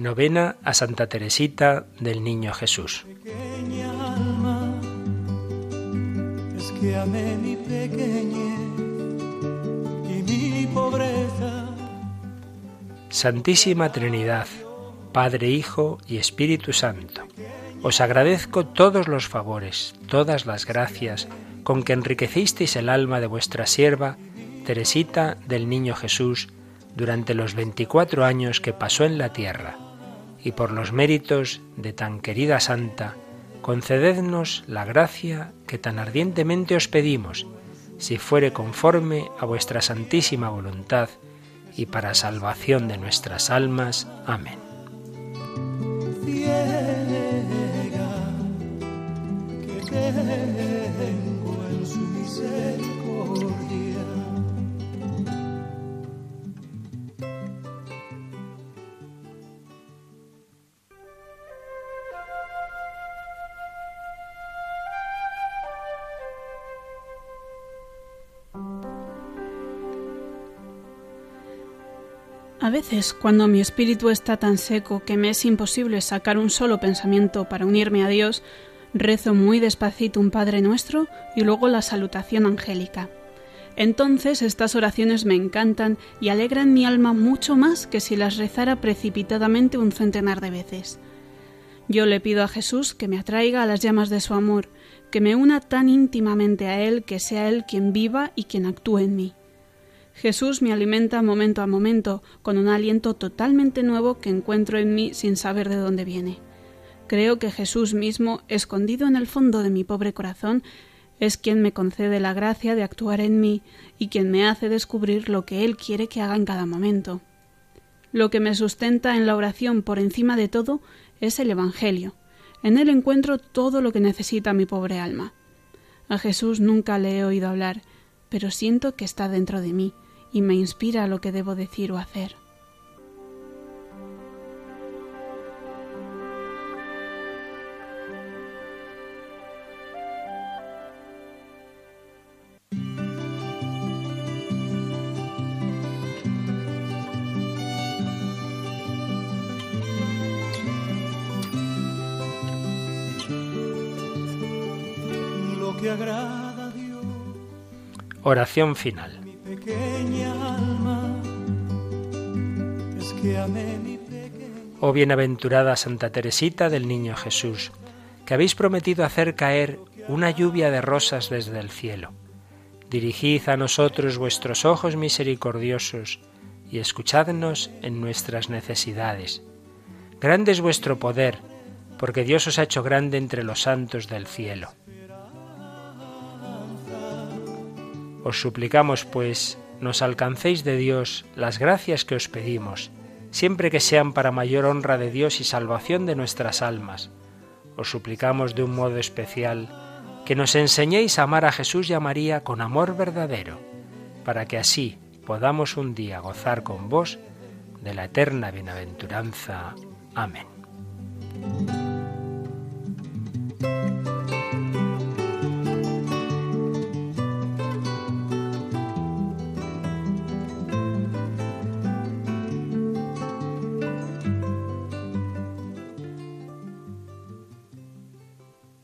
Novena a Santa Teresita del Niño Jesús. Pequeña alma, es que amé mi pequeñez y mi pobreza. Santísima Trinidad, Padre, Hijo y Espíritu Santo, os agradezco todos los favores, todas las gracias con que enriquecisteis el alma de vuestra sierva, Teresita del Niño Jesús, durante los 24 años que pasó en la tierra, y por los méritos de tan querida santa, concedednos la gracia que tan ardientemente os pedimos, si fuere conforme a vuestra santísima voluntad, y para salvación de nuestras almas. Amén. Ciega, que tengo en su misericordia. A veces, cuando mi espíritu está tan seco que me es imposible sacar un solo pensamiento para unirme a Dios, rezo muy despacito un Padre Nuestro y luego la salutación angélica. Entonces estas oraciones me encantan y alegran mi alma mucho más que si las rezara precipitadamente un centenar de veces. Yo le pido a Jesús que me atraiga a las llamas de su amor, que me una tan íntimamente a Él que sea Él quien viva y quien actúe en mí. Jesús me alimenta momento a momento con un aliento totalmente nuevo que encuentro en mí sin saber de dónde viene. Creo que Jesús mismo, escondido en el fondo de mi pobre corazón, es quien me concede la gracia de actuar en mí y quien me hace descubrir lo que Él quiere que haga en cada momento. Lo que me sustenta en la oración por encima de todo es el Evangelio. En él encuentro todo lo que necesita mi pobre alma. A Jesús nunca le he oído hablar, pero siento que está dentro de mí y me inspira lo que debo decir o hacer. Lo que agrada a Dios. Oración final. Pequeña alma, es que amé mi pequeña. Oh bienaventurada Santa Teresita del Niño Jesús, que habéis prometido hacer caer una lluvia de rosas desde el cielo. Dirigid a nosotros vuestros ojos misericordiosos y escuchadnos en nuestras necesidades. Grande es vuestro poder, porque Dios os ha hecho grande entre los santos del cielo. Os suplicamos, pues, nos alcancéis de Dios las gracias que os pedimos, siempre que sean para mayor honra de Dios y salvación de nuestras almas. Os suplicamos de un modo especial que nos enseñéis a amar a Jesús y a María con amor verdadero, para que así podamos un día gozar con vos de la eterna bienaventuranza. Amén.